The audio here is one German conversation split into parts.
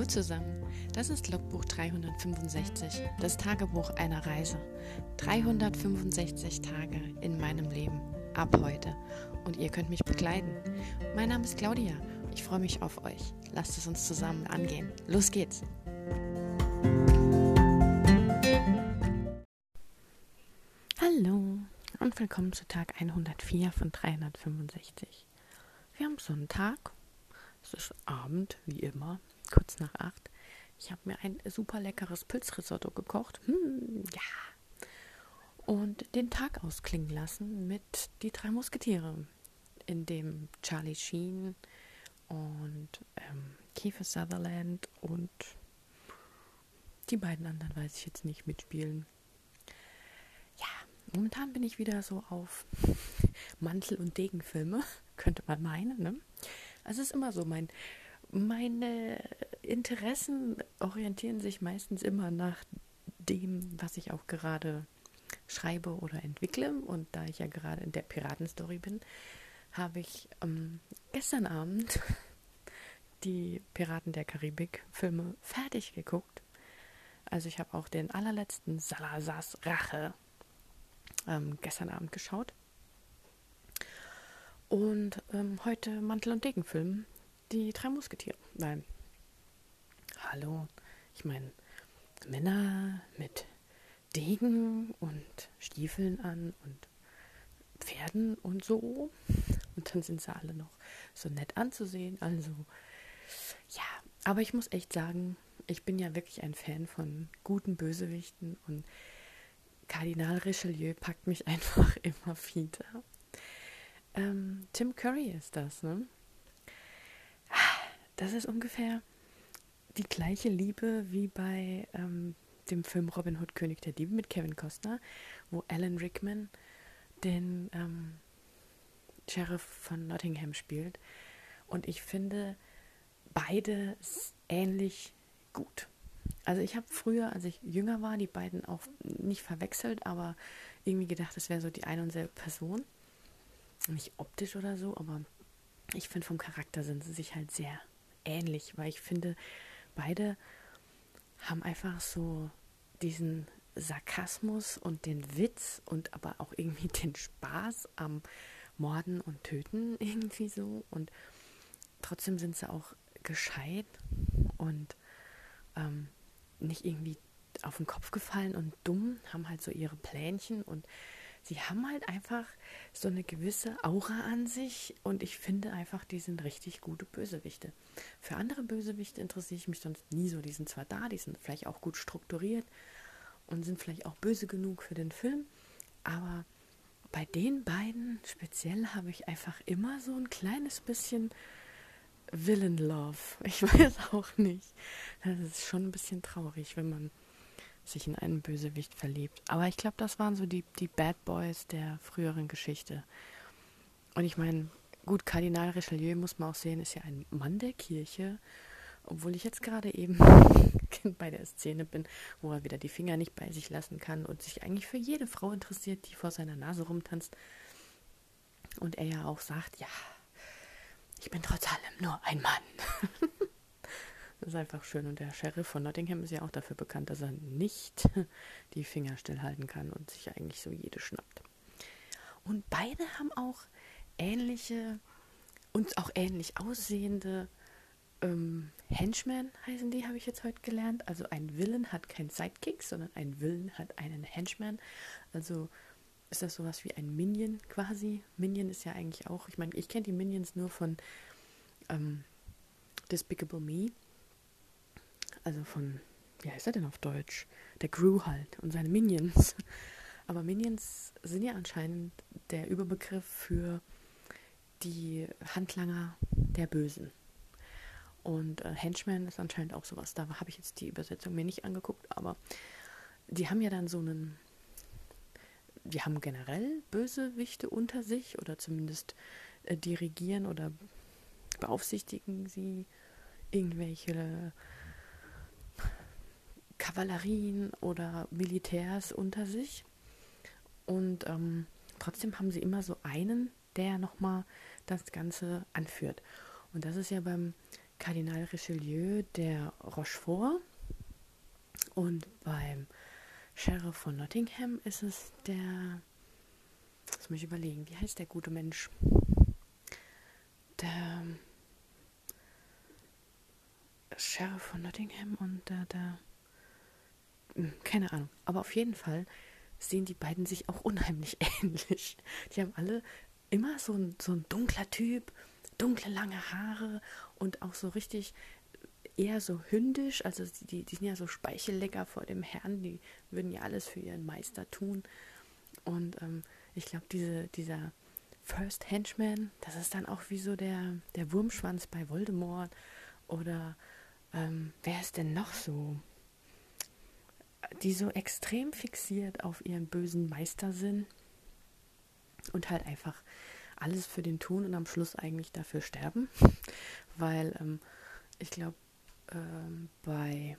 Hallo zusammen, das ist Logbuch 365, das Tagebuch einer Reise. 365 Tage in meinem Leben, ab heute. Und ihr könnt mich begleiten. Mein Name ist Claudia, ich freue mich auf euch. Lasst es uns zusammen angehen. Los geht's! Hallo und willkommen zu Tag 104 von 365. Wir haben Sonntag, es ist Abend, wie immer, kurz nach 8. Ich habe mir ein super leckeres Pilzrisotto gekocht. Ja. Und den Tag ausklingen lassen mit Die drei Musketiere, in dem Charlie Sheen und Kiefer Sutherland und die beiden anderen, weiß ich jetzt nicht, mitspielen. Ja, momentan bin ich wieder so auf Mantel- und Degenfilme, könnte man meinen, ne? Also es ist immer so, meine Interessen orientieren sich meistens immer nach dem, was ich auch gerade schreibe oder entwickle. Und da ich ja gerade in der Piratenstory bin, habe ich gestern Abend die Piraten der Karibik-Filme fertig geguckt. Also ich habe auch den allerletzten Salazars Rache gestern Abend geschaut. Und heute Mantel- und Degenfilm, die drei Musketiere. Nein, hallo, ich meine, Männer mit Degen und Stiefeln an und Pferden und so. Und dann sind sie alle noch so nett anzusehen. Also, ja, aber ich muss echt sagen, ich bin ja wirklich ein Fan von guten Bösewichten und Kardinal Richelieu packt mich einfach immer wieder. Tim Curry ist das, ne? Das ist ungefähr die gleiche Liebe wie bei dem Film Robin Hood, König der Diebe mit Kevin Costner, wo Alan Rickman den Sheriff von Nottingham spielt. Und ich finde beide ähnlich gut. Also ich habe früher, als ich jünger war, die beiden auch nicht verwechselt, aber irgendwie gedacht, es wäre so die eine und selbe Person. Nicht optisch oder so, aber ich finde, vom Charakter sind sie sich halt sehr ähnlich, weil ich finde, beide haben einfach so diesen Sarkasmus und den Witz und aber auch irgendwie den Spaß am Morden und Töten irgendwie so. Und trotzdem sind sie auch gescheit und nicht irgendwie auf den Kopf gefallen und dumm, haben halt so ihre Plänchen und sie haben halt einfach so eine gewisse Aura an sich und ich finde einfach, die sind richtig gute Bösewichte. Für andere Bösewichte interessiere ich mich sonst nie so. Die sind zwar da, die sind vielleicht auch gut strukturiert und sind vielleicht auch böse genug für den Film, aber bei den beiden speziell habe ich einfach immer so ein kleines bisschen Villain Love. Ich weiß auch nicht. Das ist schon ein bisschen traurig, wenn man sich in einen Bösewicht verliebt. Aber ich glaube, das waren so die Bad Boys der früheren Geschichte. Und ich meine, gut, Kardinal Richelieu, muss man auch sehen, ist ja ein Mann der Kirche, obwohl ich jetzt gerade eben bei der Szene bin, wo er wieder die Finger nicht bei sich lassen kann und sich eigentlich für jede Frau interessiert, die vor seiner Nase rumtanzt. Und er ja auch sagt, ja, ich bin trotz allem nur ein Mann. Das ist einfach schön. Und der Sheriff von Nottingham ist ja auch dafür bekannt, dass er nicht die Finger stillhalten kann und sich eigentlich so jede schnappt. Und beide haben auch ähnliche und auch ähnlich aussehende Henchmen heißen die, habe ich jetzt heute gelernt. Also ein Villain hat keinen Sidekick, sondern ein Villain hat einen Henchman. Also ist das sowas wie ein Minion quasi. Minion ist ja eigentlich auch, ich meine, ich kenne die Minions nur von Despicable Me. Also von, wie heißt er denn auf Deutsch? Der Gru halt und seine Minions. Aber Minions sind ja anscheinend der Überbegriff für die Handlanger der Bösen. Und Henchman ist anscheinend auch sowas. Da habe ich jetzt die Übersetzung mir nicht angeguckt, aber die haben ja dann so einen, die haben generell Bösewichte unter sich oder zumindest dirigieren oder beaufsichtigen sie irgendwelche Kavallerien oder Militärs unter sich. Und trotzdem haben sie immer so einen, der nochmal das Ganze anführt. Und das ist ja beim Kardinal Richelieu der Rochefort und beim Sheriff von Nottingham ist es der, jetzt muss ich überlegen, wie heißt der gute Mensch? Der Sheriff von Nottingham und keine Ahnung. Aber auf jeden Fall sehen die beiden sich auch unheimlich ähnlich. Die haben alle immer so ein dunkler Typ, dunkle lange Haare und auch so richtig eher so hündisch. Also die sind ja so Speichellecker vor dem Herrn, die würden ja alles für ihren Meister tun. Und ich glaube, dieser First Henchman, das ist dann auch wie so der Wurmschwanz bei Voldemort. Oder wer ist denn noch so? Die so extrem fixiert auf ihren bösen Meister sind und halt einfach alles für den tun und am Schluss eigentlich dafür sterben. Weil ich glaube, bei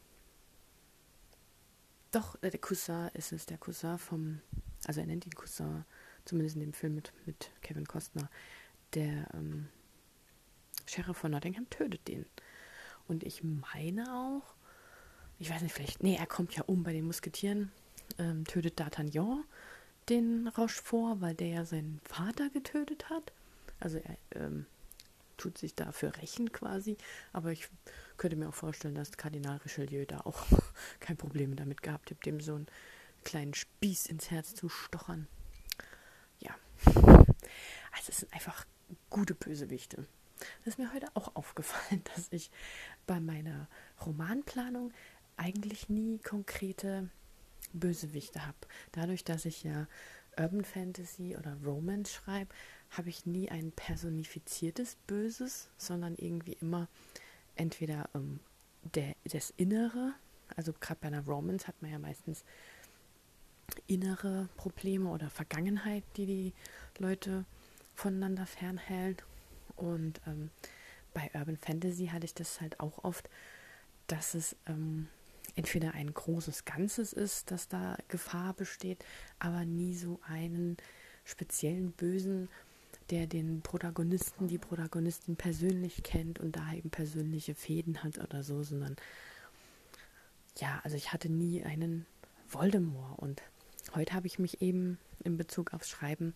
der Cousin ist es, der Cousin vom, also er nennt ihn Cousin, zumindest in dem Film mit Kevin Costner, der Sheriff von Nottingham tötet den. Und ich meine auch, ich weiß nicht, vielleicht, nee, er kommt ja um bei den Musketieren, tötet D'Artagnan den Rochefort, weil der ja seinen Vater getötet hat. Also er tut sich dafür rächen quasi, aber ich könnte mir auch vorstellen, dass Kardinal Richelieu da auch kein Problem damit gehabt hat, dem so einen kleinen Spieß ins Herz zu stochern. Ja, also es sind einfach gute Bösewichte. Das ist mir heute auch aufgefallen, dass ich bei meiner Romanplanung eigentlich nie konkrete Bösewichte habe. Dadurch, dass ich ja Urban Fantasy oder Romance schreibe, habe ich nie ein personifiziertes Böses, sondern irgendwie immer entweder das Innere, also gerade bei einer Romance hat man ja meistens innere Probleme oder Vergangenheit, die Leute voneinander fernhält. Und bei Urban Fantasy hatte ich das halt auch oft, dass es entweder ein großes Ganzes ist, dass da Gefahr besteht, aber nie so einen speziellen Bösen, der den Protagonisten, die Protagonistin persönlich kennt und da eben persönliche Fäden hat oder so, sondern ja, also ich hatte nie einen Voldemort. Und heute habe ich mich eben in Bezug aufs Schreiben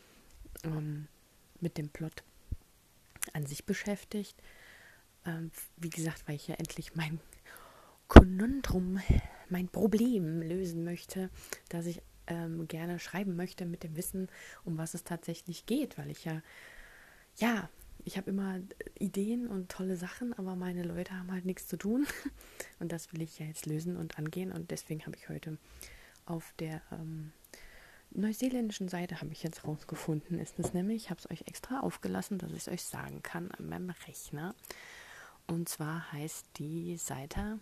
mit dem Plot an sich beschäftigt. Wie gesagt, weil ich ja endlich mein Konundrum, mein Problem lösen möchte, dass ich gerne schreiben möchte mit dem Wissen, um was es tatsächlich geht, weil ich ich habe immer Ideen und tolle Sachen, aber meine Leute haben halt nichts zu tun und das will ich ja jetzt lösen und angehen und deswegen habe ich heute auf der neuseeländischen Seite habe ich jetzt rausgefunden, ist es nämlich, ich habe es euch extra aufgelassen, dass ich es euch sagen kann an meinem Rechner. Und zwar heißt die Seite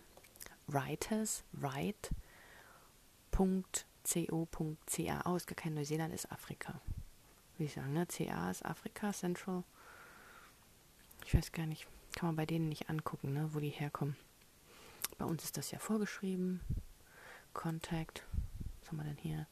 writerswrite.co.ca. Ist gar kein Neuseeland, ist Afrika. Würde ich sagen, ne? CA ist Afrika, Central. Ich weiß gar nicht, kann man bei denen nicht angucken, ne, wo die herkommen. Bei uns ist das ja vorgeschrieben. Contact. Was haben wir denn hier?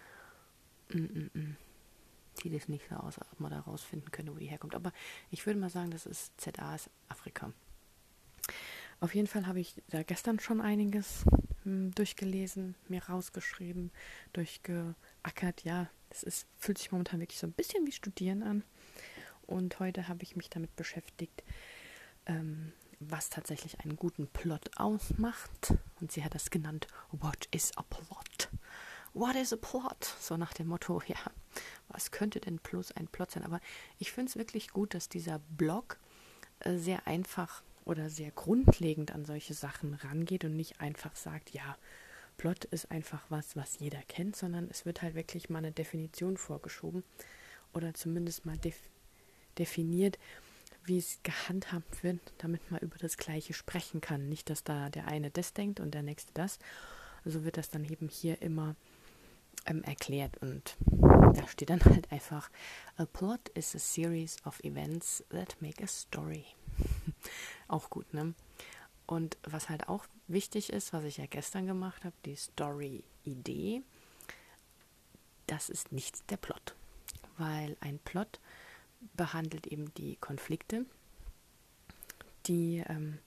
Sieht es nicht so aus, ob man da rausfinden könnte, wo die herkommt. Aber ich würde mal sagen, das ist ZA, ist Afrika. Auf jeden Fall habe ich da gestern schon einiges durchgelesen, mir rausgeschrieben, durchgeackert. Ja, fühlt sich momentan wirklich so ein bisschen wie Studieren an. Und heute habe ich mich damit beschäftigt, was tatsächlich einen guten Plot ausmacht. Und sie hat das genannt, What is a plot? What is a plot? So nach dem Motto, ja, was könnte denn bloß ein Plot sein? Aber ich finde es wirklich gut, dass dieser Blog sehr einfach oder sehr grundlegend an solche Sachen rangeht und nicht einfach sagt, ja, Plot ist einfach was jeder kennt, sondern es wird halt wirklich mal eine Definition vorgeschoben oder zumindest mal definiert, wie es gehandhabt wird, damit man über das Gleiche sprechen kann. Nicht, dass da der eine das denkt und der nächste das. So wird das dann eben hier immer erklärt und da steht dann halt einfach, a plot is a series of events that make a story. Auch gut, ne? Und was halt auch wichtig ist, was ich ja gestern gemacht habe, die Story-Idee, das ist nicht der Plot. Weil ein Plot behandelt eben die Konflikte, die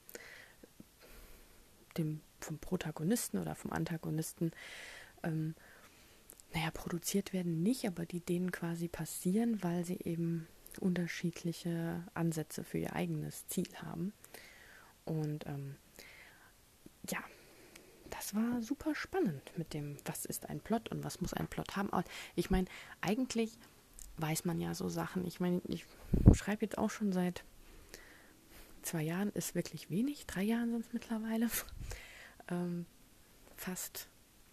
vom Protagonisten oder vom Antagonisten produziert werden nicht, aber die denen quasi passieren, weil sie eben unterschiedliche Ansätze für ihr eigenes Ziel haben. Und ja, das war super spannend mit dem, was ist ein Plot und was muss ein Plot haben. Ich meine, eigentlich weiß man ja so Sachen. Ich meine, ich schreibe jetzt auch schon seit 2 Jahren, ist wirklich wenig, 3 Jahren sind es mittlerweile. fast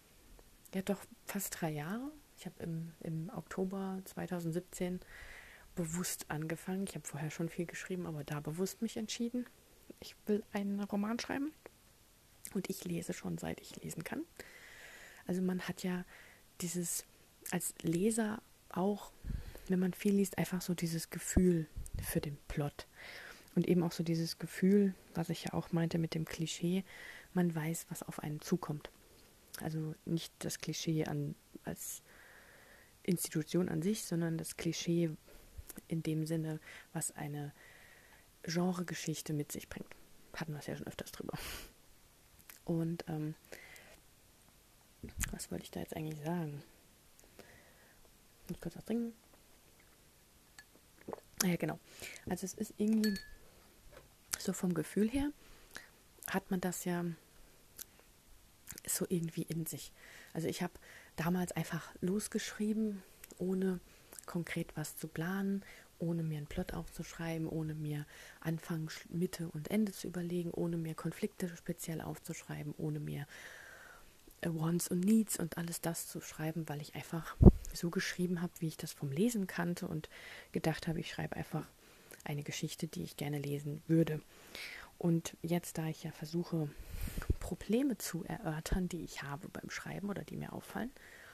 3 Jahre. Ich habe im Oktober 2017 bewusst angefangen. Ich habe vorher schon viel geschrieben, aber da bewusst mich entschieden. Ich will einen Roman schreiben und ich lese schon, seit ich lesen kann. Also man hat ja dieses, als Leser auch, wenn man viel liest, einfach so dieses Gefühl für den Plot. Und eben auch so dieses Gefühl, was ich ja auch meinte mit dem Klischee, man weiß, was auf einen zukommt. Also nicht das Klischee als Institution an sich, sondern das Klischee in dem Sinne, was eine Genregeschichte mit sich bringt. Hatten wir es ja schon öfters drüber. Und was wollte ich da jetzt eigentlich sagen? Ich muss kurz was trinken. Ja, genau. Also es ist irgendwie so vom Gefühl her, hat man das ja so irgendwie in sich. Also ich habe damals einfach losgeschrieben, ohne konkret was zu planen, ohne mir einen Plot aufzuschreiben, ohne mir Anfang, Mitte und Ende zu überlegen, ohne mir Konflikte speziell aufzuschreiben, ohne mir Wants und Needs und alles das zu schreiben, weil ich einfach so geschrieben habe, wie ich das vom Lesen kannte und gedacht habe, ich schreibe einfach eine Geschichte, die ich gerne lesen würde. Und jetzt, da ich ja versuche, Probleme zu erörtern, die ich habe beim Schreiben oder die mir auffallen,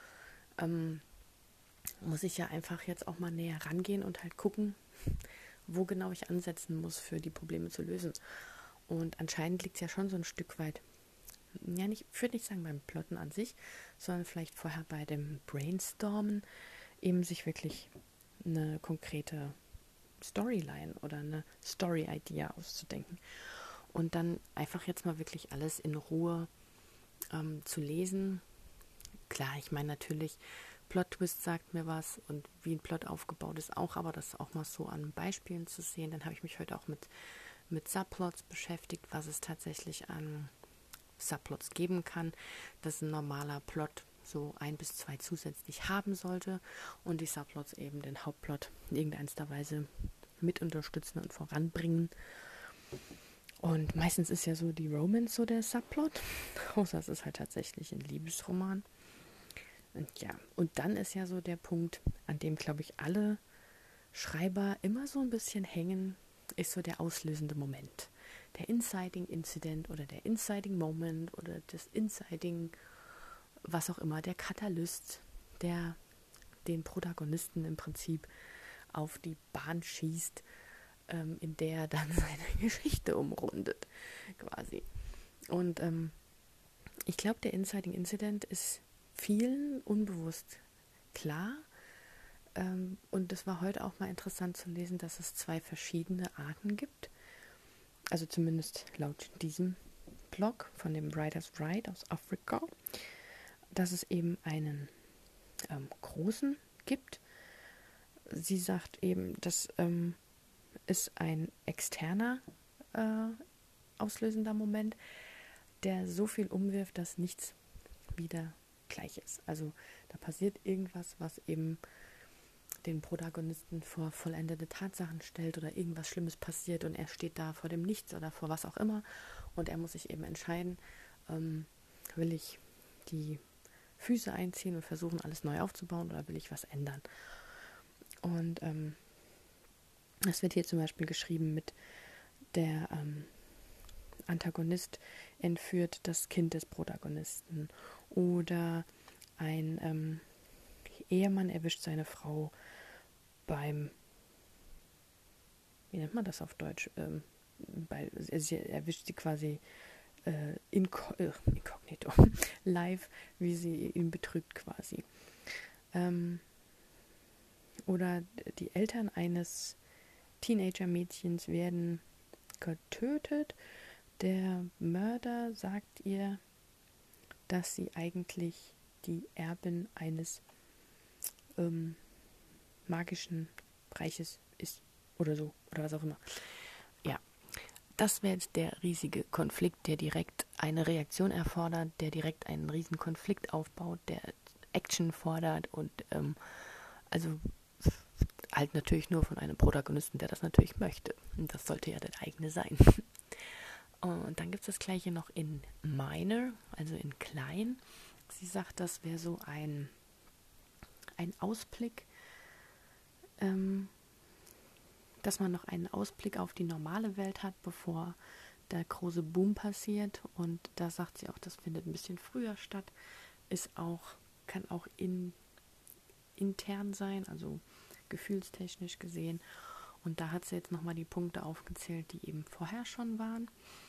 muss ich ja einfach jetzt auch mal näher rangehen und halt gucken, wo genau ich ansetzen muss, für die Probleme zu lösen. Und anscheinend liegt es ja schon so ein Stück weit, ja, ich würde nicht sagen beim Plotten an sich, sondern vielleicht vorher bei dem Brainstormen, eben sich wirklich eine konkrete Storyline oder eine Story-Idea auszudenken. Und dann einfach jetzt mal wirklich alles in Ruhe zu lesen. Klar, ich meine natürlich, Plot-Twist sagt mir was und wie ein Plot aufgebaut ist auch, aber das auch mal so an Beispielen zu sehen. Dann habe ich mich heute auch mit Subplots beschäftigt, was es tatsächlich an Subplots geben kann, dass ein normaler Plot so 1 bis 2 zusätzlich haben sollte und die Subplots eben den Hauptplot in irgendeiner Weise mit unterstützen und voranbringen. Und meistens ist ja so die Romance so der Subplot, außer es ist halt tatsächlich ein Liebesroman. Und ja, und dann ist ja so der Punkt, an dem, glaube ich, alle Schreiber immer so ein bisschen hängen, ist so der auslösende Moment. Der Inciting Incident oder der Inciting Moment oder das Inciting, was auch immer, der Katalyst, der den Protagonisten im Prinzip auf die Bahn schießt, in der er dann seine Geschichte umrundet, quasi. Und ich glaube, der Inciting Incident ist vielen unbewusst klar. Und es war heute auch mal interessant zu lesen, dass es 2 verschiedene Arten gibt. Also zumindest laut diesem Blog von dem Writer's Right aus Afrika, dass es eben einen großen gibt. Sie sagt eben, das ist ein externer auslösender Moment, der so viel umwirft, dass nichts wieder gleich ist. Also da passiert irgendwas, was eben den Protagonisten vor vollendete Tatsachen stellt oder irgendwas Schlimmes passiert und er steht da vor dem Nichts oder vor was auch immer und er muss sich eben entscheiden, will ich die Füße einziehen und versuchen, alles neu aufzubauen oder will ich was ändern? Und das wird hier zum Beispiel geschrieben mit der Antagonist entführt das Kind des Protagonisten oder ein Ehemann erwischt seine Frau beim, wie nennt man das auf Deutsch? Er erwischt sie quasi inkognito, live, wie sie ihn betrügt quasi. Oder die Eltern eines Teenager-Mädchens werden Wesker tötet. Der Mörder sagt ihr, dass sie eigentlich die Erbin eines magischen Reiches ist oder so, oder was auch immer. Ja, das wäre jetzt der riesige Konflikt, der direkt eine Reaktion erfordert, der direkt einen riesen Konflikt aufbaut, der Action fordert und also halt natürlich nur von einem Protagonisten, der das natürlich möchte. Und das sollte ja der eigene sein. Und dann gibt es das gleiche noch in Minor, also in klein. Sie sagt, das wäre so ein Ausblick, dass man noch einen Ausblick auf die normale Welt hat, bevor der große Boom passiert. Und da sagt sie auch, das findet ein bisschen früher statt, kann auch intern sein, also gefühlstechnisch gesehen. Und da hat sie jetzt nochmal die Punkte aufgezählt, die eben vorher schon waren.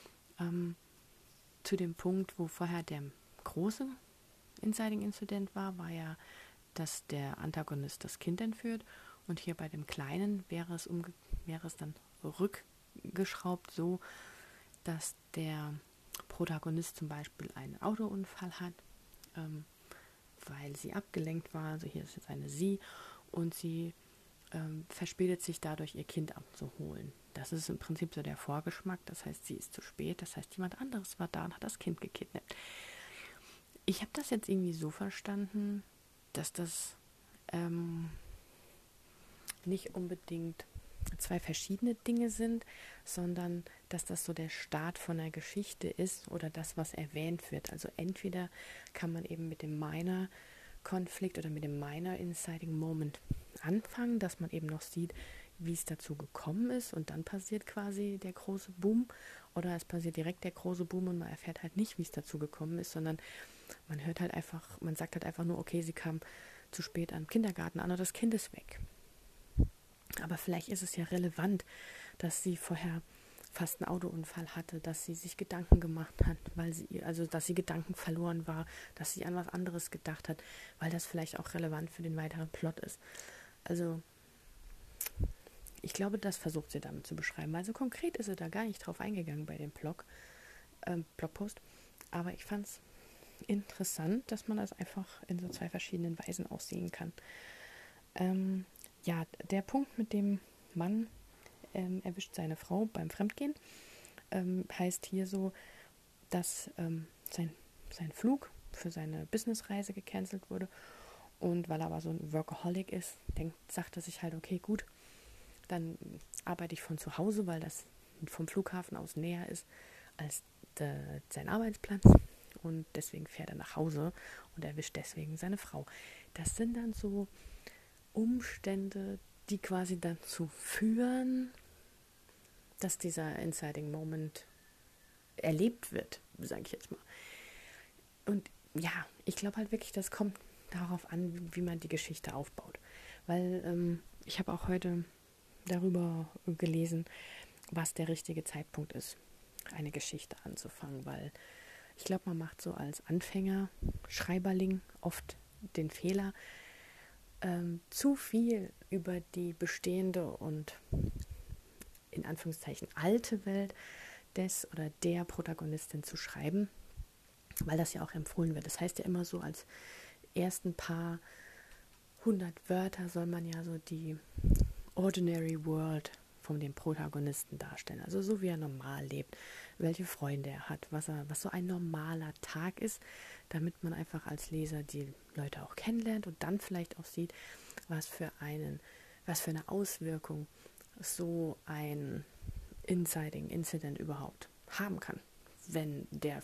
Zu dem Punkt, wo vorher der große Inciting-Incident war ja, dass der Antagonist das Kind entführt. Und hier bei dem Kleinen wäre es dann rückgeschraubt so, dass der Protagonist zum Beispiel einen Autounfall hat, weil sie abgelenkt war. Also hier ist jetzt eine sie und sie verspätet sich dadurch, ihr Kind abzuholen. Das ist im Prinzip so der Vorgeschmack. Das heißt, sie ist zu spät. Das heißt, jemand anderes war da und hat das Kind gekidnappt. Ich habe das jetzt irgendwie so verstanden, dass das nicht unbedingt zwei verschiedene Dinge sind, sondern dass das so der Start von der Geschichte ist oder das, was erwähnt wird. Also entweder kann man eben mit dem Minor-Konflikt oder mit dem Minor-Inciting-Moment anfangen, dass man eben noch sieht, wie es dazu gekommen ist und dann passiert quasi der große Boom oder es passiert direkt der große Boom und man erfährt halt nicht, wie es dazu gekommen ist, sondern man sagt halt einfach nur, okay, sie kam zu spät am Kindergarten an und das Kind ist weg. Aber vielleicht ist es ja relevant, dass sie vorher fast einen Autounfall hatte, dass sie sich Gedanken gemacht hat, dass sie Gedanken verloren war, dass sie an was anderes gedacht hat, weil das vielleicht auch relevant für den weiteren Plot ist. Also ich glaube, das versucht sie damit zu beschreiben. Also konkret ist sie da gar nicht drauf eingegangen bei dem Blogpost, aber ich fand es interessant, dass man das einfach in so zwei verschiedenen Weisen aussehen kann. Ja, der Punkt mit dem Mann erwischt seine Frau beim Fremdgehen, heißt hier so, dass sein Flug für seine Businessreise gecancelt wurde und weil er aber so ein Workaholic ist, sagt er sich halt, okay, gut, dann arbeite ich von zu Hause, weil das vom Flughafen aus näher ist als sein Arbeitsplatz und deswegen fährt er nach Hause und erwischt deswegen seine Frau. Das sind dann so Umstände, die quasi dazu führen, dass dieser Inciting Moment erlebt wird, sage ich jetzt mal. Und ja, ich glaube halt wirklich, das kommt darauf an, wie man die Geschichte aufbaut. Weil ich habe auch heute darüber gelesen, was der richtige Zeitpunkt ist, eine Geschichte anzufangen, weil ich glaube, man macht so als Anfänger, Schreiberling oft den Fehler, zu viel über die bestehende und in Anführungszeichen alte Welt des oder der Protagonistin zu schreiben, weil das ja auch empfohlen wird. Das heißt ja immer so, als ersten paar 100 Wörter soll man ja so die Ordinary World von dem Protagonisten darstellen. Also so wie er normal lebt, welche Freunde er hat, was so ein normaler Tag ist, damit man einfach als Leser die Leute auch kennenlernt und dann vielleicht auch sieht, was für eine Auswirkung so ein Inciting Incident überhaupt haben kann, wenn der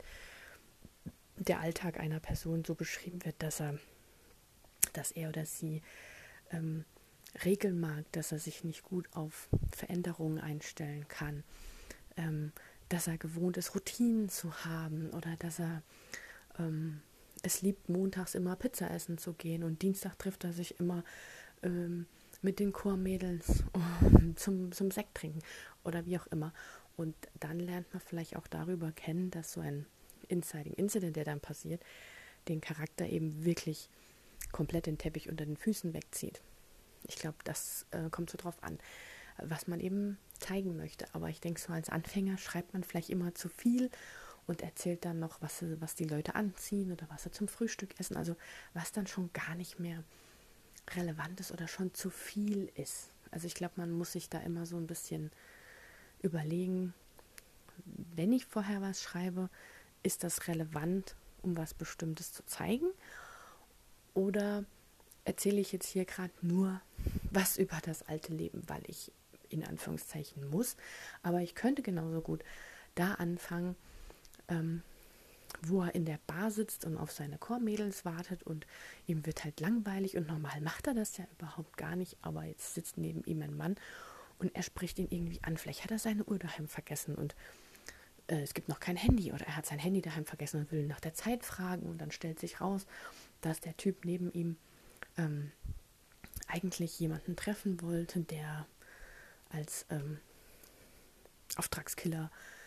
Alltag einer Person so beschrieben wird, dass er oder sie Regeln mag, dass er sich nicht gut auf Veränderungen einstellen kann, dass er gewohnt ist, Routinen zu haben oder dass er es liebt, montags immer Pizza essen zu gehen und Dienstag trifft er sich immer mit den Chormädels zum Sekt trinken oder wie auch immer. Und dann lernt man vielleicht auch darüber kennen, dass so ein Inciting Incident, der dann passiert, den Charakter eben wirklich komplett den Teppich unter den Füßen wegzieht. Ich glaube, das kommt so drauf an. was man eben zeigen möchte. Aber ich denke, so als Anfänger schreibt man vielleicht immer zu viel und erzählt dann noch, was die Leute anziehen oder was sie zum Frühstück essen. Also was dann schon gar nicht mehr relevant ist oder schon zu viel ist. Also ich glaube, man muss sich da immer so ein bisschen überlegen, wenn ich vorher was schreibe, ist das relevant, um was Bestimmtes zu zeigen? Oder erzähle ich jetzt hier gerade nur was über das alte Leben, weil ich in Anführungszeichen muss. Aber ich könnte genauso gut da anfangen, wo er in der Bar sitzt und auf seine Chormädels wartet und ihm wird halt langweilig und normal macht er das ja überhaupt gar nicht, aber jetzt sitzt neben ihm ein Mann und er spricht ihn irgendwie an. Vielleicht hat er seine Uhr daheim vergessen und es gibt noch kein Handy oder er hat sein Handy daheim vergessen und will nach der Zeit fragen und dann stellt sich raus, dass der Typ neben ihm eigentlich jemanden treffen wollte, der als Auftragskiller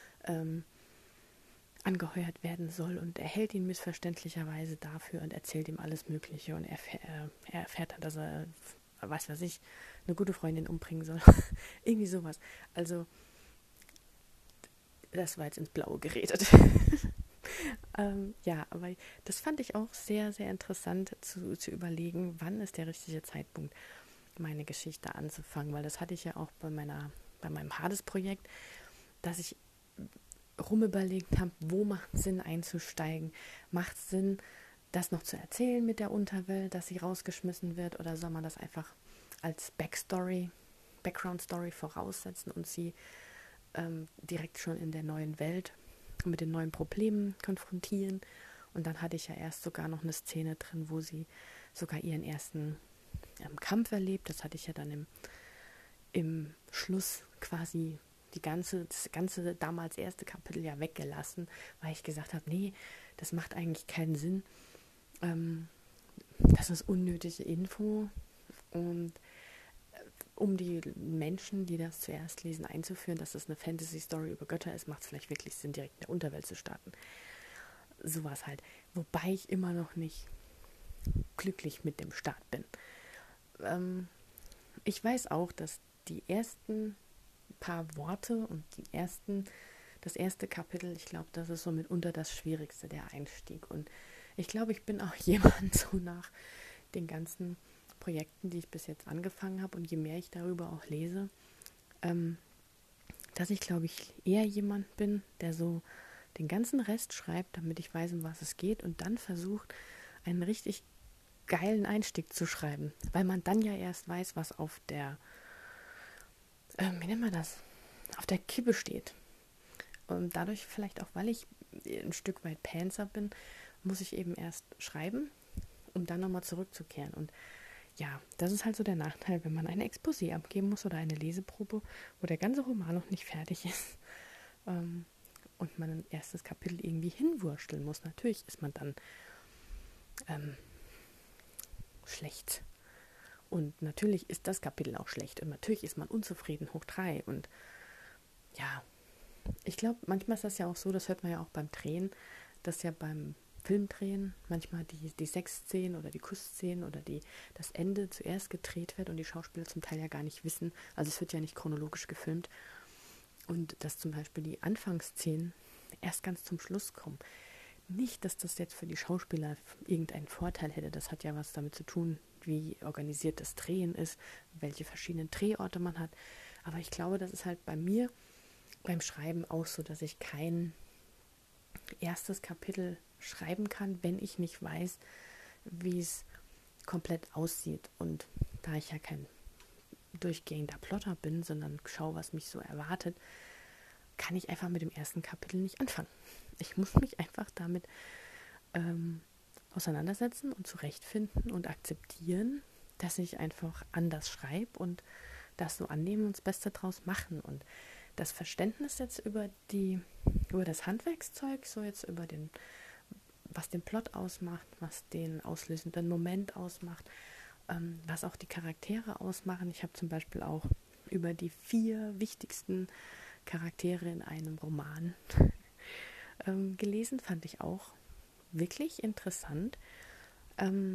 angeheuert werden soll und er hält ihn missverständlicherweise dafür und erzählt ihm alles Mögliche und er erfährt dann, dass er, was weiß ich, eine gute Freundin umbringen soll. Irgendwie sowas. Also, das war jetzt ins Blaue geredet. Ja, aber das fand ich auch sehr, sehr interessant zu überlegen, wann ist der richtige Zeitpunkt, meine Geschichte anzufangen, weil das hatte ich ja auch bei meinem Hades-Projekt, dass ich rumüberlegt habe, wo macht es Sinn einzusteigen? Macht es Sinn, das noch zu erzählen mit der Unterwelt, dass sie rausgeschmissen wird, oder soll man das einfach als Background-Story voraussetzen und sie direkt schon in der neuen Welt mit den neuen Problemen konfrontieren? Und dann hatte ich ja erst sogar noch eine Szene drin, wo sie sogar ihren ersten Kampf erlebt. Das hatte ich ja dann im Schluss quasi das ganze damals erste Kapitel ja weggelassen, weil ich gesagt habe, nee, das macht eigentlich keinen Sinn. Das ist unnötige Info und um die Menschen, die das zuerst lesen, einzuführen, dass das eine Fantasy-Story über Götter ist, macht es vielleicht wirklich Sinn, direkt in der Unterwelt zu starten. Sowas halt. Wobei ich immer noch nicht glücklich mit dem Start bin. Ich weiß auch, dass die ersten paar Worte und das erste Kapitel, ich glaube, das ist so mitunter das Schwierigste, der Einstieg. Und ich glaube, ich bin auch jemand so nach den ganzen Projekten, die ich bis jetzt angefangen habe und je mehr ich darüber auch lese, dass ich, glaube ich, eher jemand bin, der so den ganzen Rest schreibt, damit ich weiß, um was es geht und dann versucht, einen richtig geilen Einstieg zu schreiben, weil man dann ja erst weiß, was auf der, wie nennt man das, auf der Kippe steht. Und dadurch vielleicht auch, weil ich ein Stück weit Panzer bin, muss ich eben erst schreiben, um dann nochmal zurückzukehren. Und ja, das ist halt so der Nachteil, wenn man ein Exposé abgeben muss oder eine Leseprobe, wo der ganze Roman noch nicht fertig ist und man ein erstes Kapitel irgendwie hinwursteln muss. Natürlich ist man dann schlecht. Und natürlich ist das Kapitel auch schlecht. Und natürlich ist man unzufrieden hoch 3. Und ja, ich glaube, manchmal ist das ja auch so, das hört man ja auch beim Drehen, dass ja beim Filmdrehen manchmal die Sexszenen oder die Kussszenen oder das Ende zuerst gedreht wird und die Schauspieler zum Teil ja gar nicht wissen, also es wird ja nicht chronologisch gefilmt und dass zum Beispiel die Anfangsszenen erst ganz zum Schluss kommen. Nicht, dass das jetzt für die Schauspieler irgendeinen Vorteil hätte, das hat ja was damit zu tun, wie organisiert das Drehen ist, welche verschiedenen Drehorte man hat, aber ich glaube, das ist halt bei mir beim Schreiben auch so, dass ich kein erstes Kapitel schreiben kann, wenn ich nicht weiß, wie es komplett aussieht. Und da ich ja kein durchgehender Plotter bin, sondern schaue, was mich so erwartet, kann ich einfach mit dem ersten Kapitel nicht anfangen. Ich muss mich einfach damit auseinandersetzen und zurechtfinden und akzeptieren, dass ich einfach anders schreibe und das so annehmen und das Beste draus machen. Und das Verständnis jetzt über das Handwerkszeug, so jetzt über was den Plot ausmacht, was den auslösenden Moment ausmacht, was auch die Charaktere ausmachen. Ich habe zum Beispiel auch über die 4 wichtigsten Charaktere in einem Roman gelesen, fand ich auch wirklich interessant,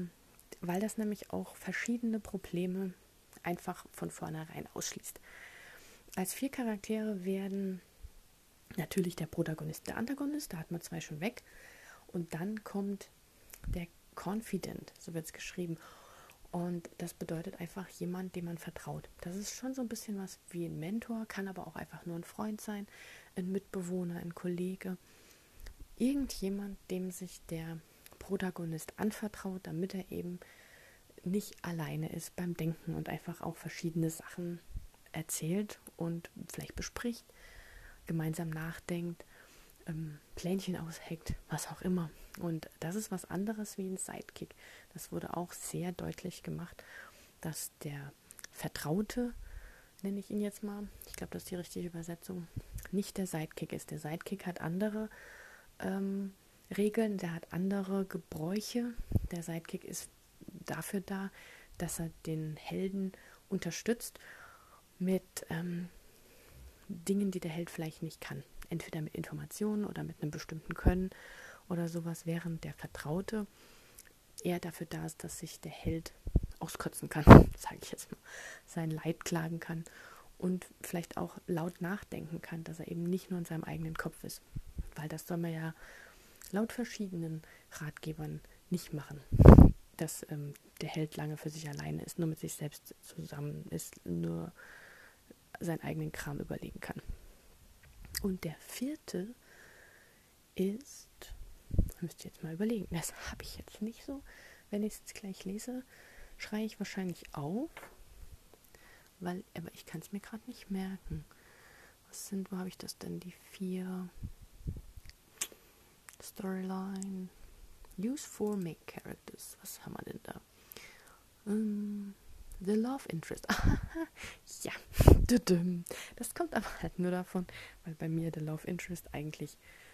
weil das nämlich auch verschiedene Probleme einfach von vornherein ausschließt. Als 4 Charaktere werden natürlich der Protagonist, der Antagonist, da hat man 2 schon weg. Und dann kommt der Confident, so wird es geschrieben. Und das bedeutet einfach jemand, dem man vertraut. Das ist schon so ein bisschen was wie ein Mentor, kann aber auch einfach nur ein Freund sein, ein Mitbewohner, ein Kollege. Irgendjemand, dem sich der Protagonist anvertraut, damit er eben nicht alleine ist beim Denken und einfach auch verschiedene Sachen erzählt und vielleicht bespricht, gemeinsam nachdenkt, Plänchen ausheckt, was auch immer. Und das ist was anderes wie ein Sidekick. Das wurde auch sehr deutlich gemacht, dass der Vertraute, nenne ich ihn jetzt mal, ich glaube, das ist die richtige Übersetzung, nicht der Sidekick ist. Der Sidekick hat andere Regeln, der hat andere Gebräuche. Der Sidekick ist dafür da, dass er den Helden unterstützt mit Dingen, die der Held vielleicht nicht kann. Entweder mit Informationen oder mit einem bestimmten Können oder sowas, während der Vertraute eher dafür da ist, dass sich der Held auskotzen kann, sage ich jetzt mal, sein Leid klagen kann und vielleicht auch laut nachdenken kann, dass er eben nicht nur in seinem eigenen Kopf ist. Weil das soll man ja laut verschiedenen Ratgebern nicht machen, dass der Held lange für sich alleine ist, nur mit sich selbst zusammen ist, nur seinen eigenen Kram überlegen kann. Und der 4. ist, müsst ihr jetzt mal überlegen, das habe ich jetzt nicht so, wenn ich es jetzt gleich lese, schreie ich wahrscheinlich auf, aber ich kann es mir gerade nicht merken. Wo habe ich das denn, die 4 Storyline, use 4 Main Characters, was haben wir denn da? The Love Interest. Ja, das kommt aber halt nur davon, weil bei mir der Love Interest eigentlich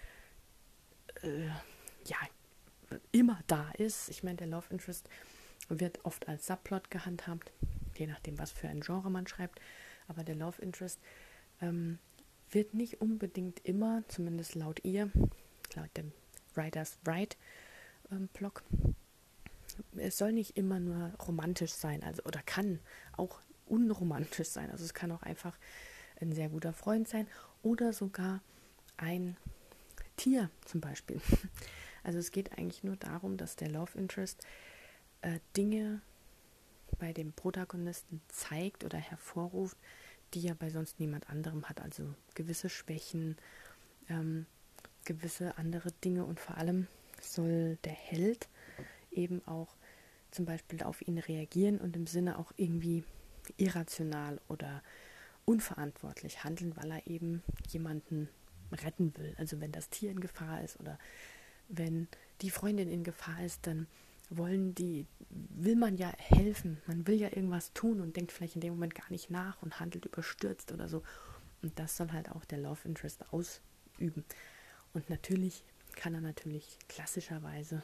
ja immer da ist. Ich meine, der Love Interest wird oft als Subplot gehandhabt, je nachdem, was für ein Genre man schreibt. Aber der Love Interest wird nicht unbedingt immer, zumindest laut dem Writers Right Blog, es soll nicht immer nur romantisch sein, also oder kann auch unromantisch sein. Also es kann auch einfach ein sehr guter Freund sein oder sogar ein Tier zum Beispiel. Also es geht eigentlich nur darum, dass der Love Interest Dinge bei dem Protagonisten zeigt oder hervorruft, die er bei sonst niemand anderem hat. Also gewisse Schwächen, gewisse andere Dinge und vor allem soll der Held eben auch zum Beispiel auf ihn reagieren und im Sinne auch irgendwie irrational oder unverantwortlich handeln, weil er eben jemanden retten will. Also wenn das Tier in Gefahr ist oder wenn die Freundin in Gefahr ist, dann will man ja helfen, man will ja irgendwas tun und denkt vielleicht in dem Moment gar nicht nach und handelt überstürzt oder so. Und das soll halt auch der Love Interest ausüben. Und natürlich kann er klassischerweise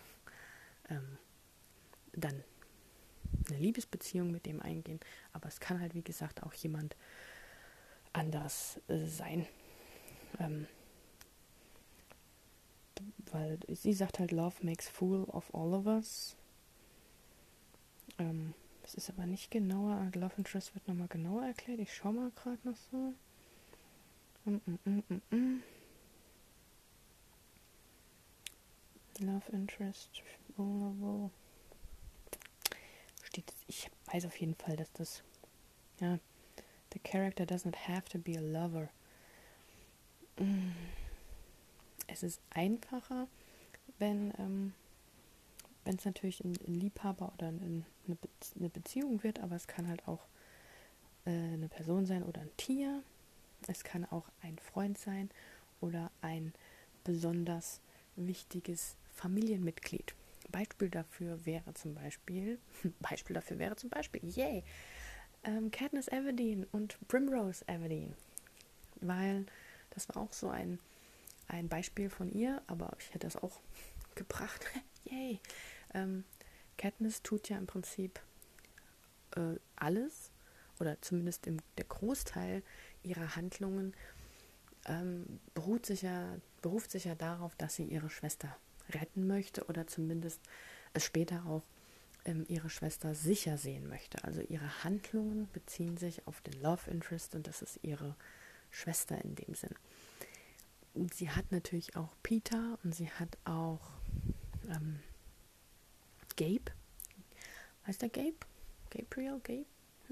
dann eine Liebesbeziehung mit dem eingehen, aber es kann halt, wie gesagt, auch jemand anders sein. Weil sie sagt halt, Love makes fool of all of us. Es ist aber nicht genauer, Love Interest wird nochmal genauer erklärt. Ich schaue mal gerade noch so. Love Interest, vulnerable. Ich weiß auf jeden Fall, dass das, ja, the character doesn't have to be a lover. Es ist einfacher, wenn es natürlich ein Liebhaber oder eine Beziehung wird, aber es kann halt auch eine Person sein oder ein Tier. Es kann auch ein Freund sein oder ein besonders wichtiges Familienmitglied. Beispiel dafür wäre zum Beispiel, yay, Katniss Everdeen und Primrose Everdeen. Weil das war auch so ein Beispiel von ihr, aber ich hätte das auch gebracht. Yay. Katniss tut ja im Prinzip alles, oder zumindest der Großteil ihrer Handlungen beruft sich ja darauf, dass sie ihre Schwester retten möchte oder zumindest es später auch ihre Schwester sicher sehen möchte. Also ihre Handlungen beziehen sich auf den Love Interest und das ist ihre Schwester in dem Sinn. Und sie hat natürlich auch Peter und sie hat auch Gabe. Heißt der Gabe? Gabriel? Gabe?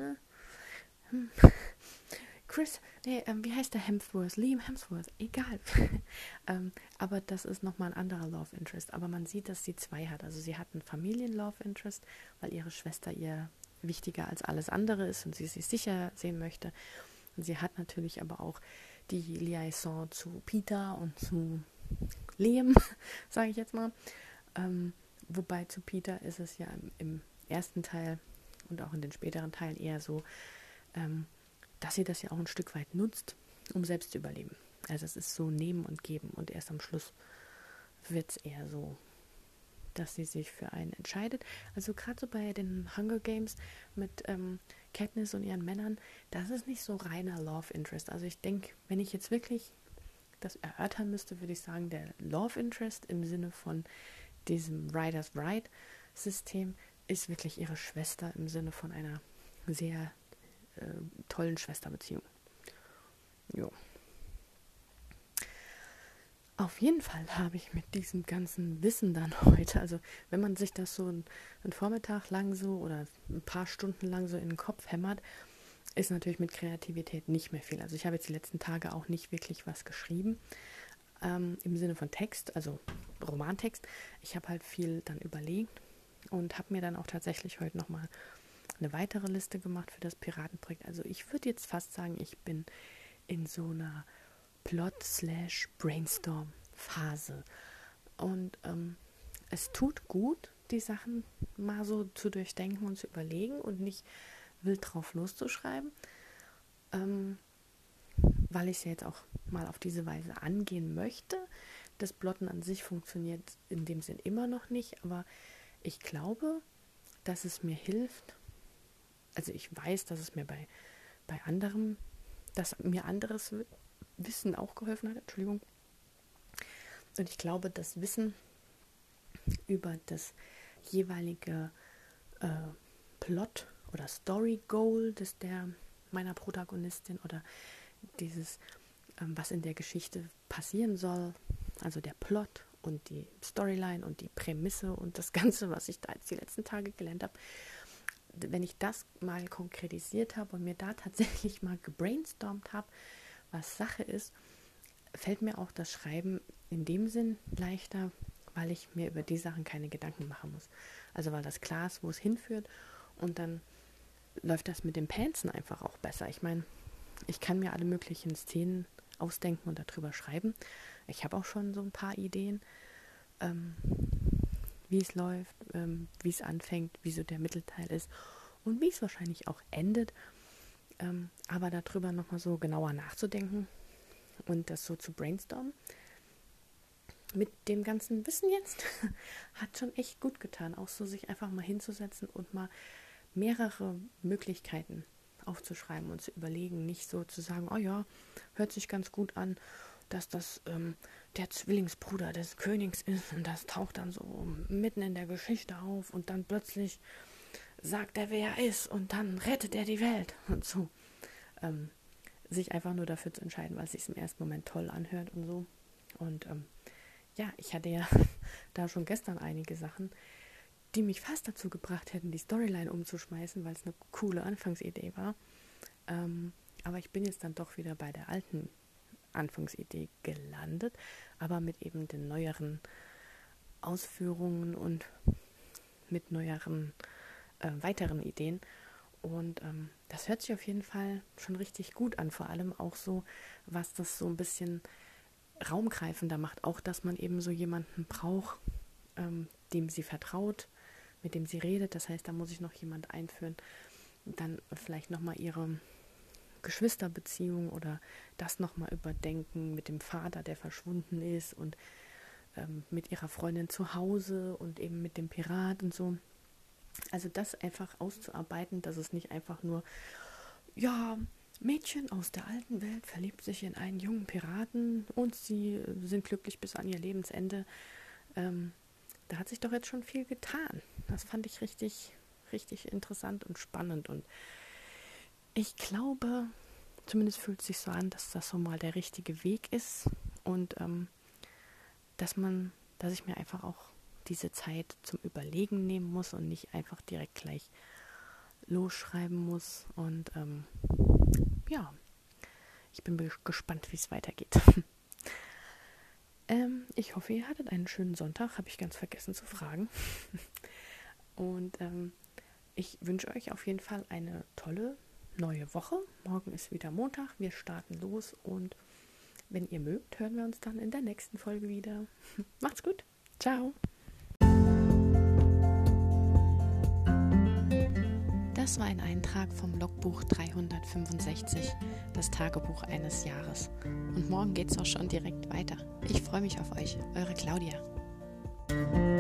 Chris, nee, wie heißt der Hemsworth? Liam Hemsworth, egal. Aber das ist nochmal ein anderer Love Interest. Aber man sieht, dass sie zwei hat. Also sie hat einen Familien-Love Interest, weil ihre Schwester ihr wichtiger als alles andere ist und sie sich sicher sehen möchte. Und sie hat natürlich aber auch die Liaison zu Peter und zu Liam, sage ich jetzt mal. Wobei zu Peter ist es ja im ersten Teil und auch in den späteren Teilen eher so, dass sie das ja auch ein Stück weit nutzt, um selbst zu überleben. Also es ist so nehmen und geben und erst am Schluss wird es eher so, dass sie sich für einen entscheidet. Also gerade so bei den Hunger Games mit Katniss und ihren Männern, das ist nicht so reiner Love Interest. Also ich denke, wenn ich jetzt wirklich das erörtern müsste, würde ich sagen, der Love Interest im Sinne von diesem Riders Right System ist wirklich ihre Schwester im Sinne von einer sehr tollen Schwesterbeziehung. Jo. Auf jeden Fall habe ich mit diesem ganzen Wissen dann heute, also wenn man sich das so einen Vormittag lang so oder ein paar Stunden lang so in den Kopf hämmert, ist natürlich mit Kreativität nicht mehr viel. Also ich habe jetzt die letzten Tage auch nicht wirklich was geschrieben, im Sinne von Text, also Romantext. Ich habe halt viel dann überlegt und habe mir dann auch tatsächlich heute nochmal eine weitere Liste gemacht für das Piratenprojekt. Also ich würde jetzt fast sagen, ich bin in so einer Plot/Brainstorm-Phase. Und es tut gut, die Sachen mal so zu durchdenken und zu überlegen und nicht wild drauf loszuschreiben, weil ich es ja jetzt auch mal auf diese Weise angehen möchte. Das Plotten an sich funktioniert in dem Sinn immer noch nicht, aber ich glaube, dass es mir hilft. Also ich weiß, dass es mir bei anderem, dass mir anderes Wissen auch geholfen hat, Entschuldigung. Und ich glaube, das Wissen über das jeweilige Plot oder Story Goal meiner Protagonistin oder dieses, was in der Geschichte passieren soll, also der Plot und die Storyline und die Prämisse und das Ganze, was ich da jetzt die letzten Tage gelernt habe, wenn ich das mal konkretisiert habe und mir da tatsächlich mal gebrainstormt habe, was Sache ist, fällt mir auch das Schreiben in dem Sinn leichter, weil ich mir über die Sachen keine Gedanken machen muss. Also weil das klar ist, wo es hinführt und dann läuft das mit dem Panzen einfach auch besser. Ich meine, ich kann mir alle möglichen Szenen ausdenken und darüber schreiben. Ich habe auch schon so ein paar Ideen, wie es läuft, wie es anfängt, wie so der Mittelteil ist und wie es wahrscheinlich auch endet. Aber darüber nochmal so genauer nachzudenken und das so zu brainstormen, mit dem ganzen Wissen jetzt, hat schon echt gut getan. Auch so sich einfach mal hinzusetzen und mal mehrere Möglichkeiten aufzuschreiben und zu überlegen, nicht so zu sagen, oh ja, hört sich ganz gut an, dass das der Zwillingsbruder des Königs ist und das taucht dann so mitten in der Geschichte auf und dann plötzlich sagt er, wer er ist und dann rettet er die Welt und so. Sich einfach nur dafür zu entscheiden, weil es sich im ersten Moment toll anhört und so. Und ja, ich hatte ja da schon gestern einige Sachen, die mich fast dazu gebracht hätten, die Storyline umzuschmeißen, weil es eine coole Anfangsidee war. Aber ich bin jetzt dann doch wieder bei der alten Anfangsidee gelandet, aber mit eben den neueren Ausführungen und mit neueren, weiteren Ideen. Und das hört sich auf jeden Fall schon richtig gut an, vor allem auch so, was das so ein bisschen raumgreifender macht. Auch, dass man eben so jemanden braucht, dem sie vertraut, mit dem sie redet. Das heißt, da muss ich noch jemand einführen. Und dann vielleicht nochmal ihre Geschwisterbeziehung oder das nochmal überdenken mit dem Vater, der verschwunden ist und mit ihrer Freundin zu Hause und eben mit dem Pirat und so. Also das einfach auszuarbeiten, dass es nicht einfach nur, ja, Mädchen aus der alten Welt verliebt sich in einen jungen Piraten und sie sind glücklich bis an ihr Lebensende. Da hat sich doch jetzt schon viel getan. Das fand ich richtig, richtig interessant und spannend. Und ich glaube, zumindest fühlt es sich so an, dass das so mal der richtige Weg ist. Und dass ich mir einfach auch diese Zeit zum Überlegen nehmen muss und nicht einfach direkt gleich losschreiben muss. Und ja, ich bin gespannt, wie es weitergeht. Ich hoffe, ihr hattet einen schönen Sonntag. Habe ich ganz vergessen zu fragen. Und ich wünsche euch auf jeden Fall eine tolle neue Woche. Morgen ist wieder Montag. Wir starten los. Und wenn ihr mögt, hören wir uns dann in der nächsten Folge wieder. Macht's gut. Ciao. Das war ein Eintrag vom Logbuch 365, das Tagebuch eines Jahres. Und morgen geht's auch schon direkt weiter. Ich freue mich auf euch, eure Claudia.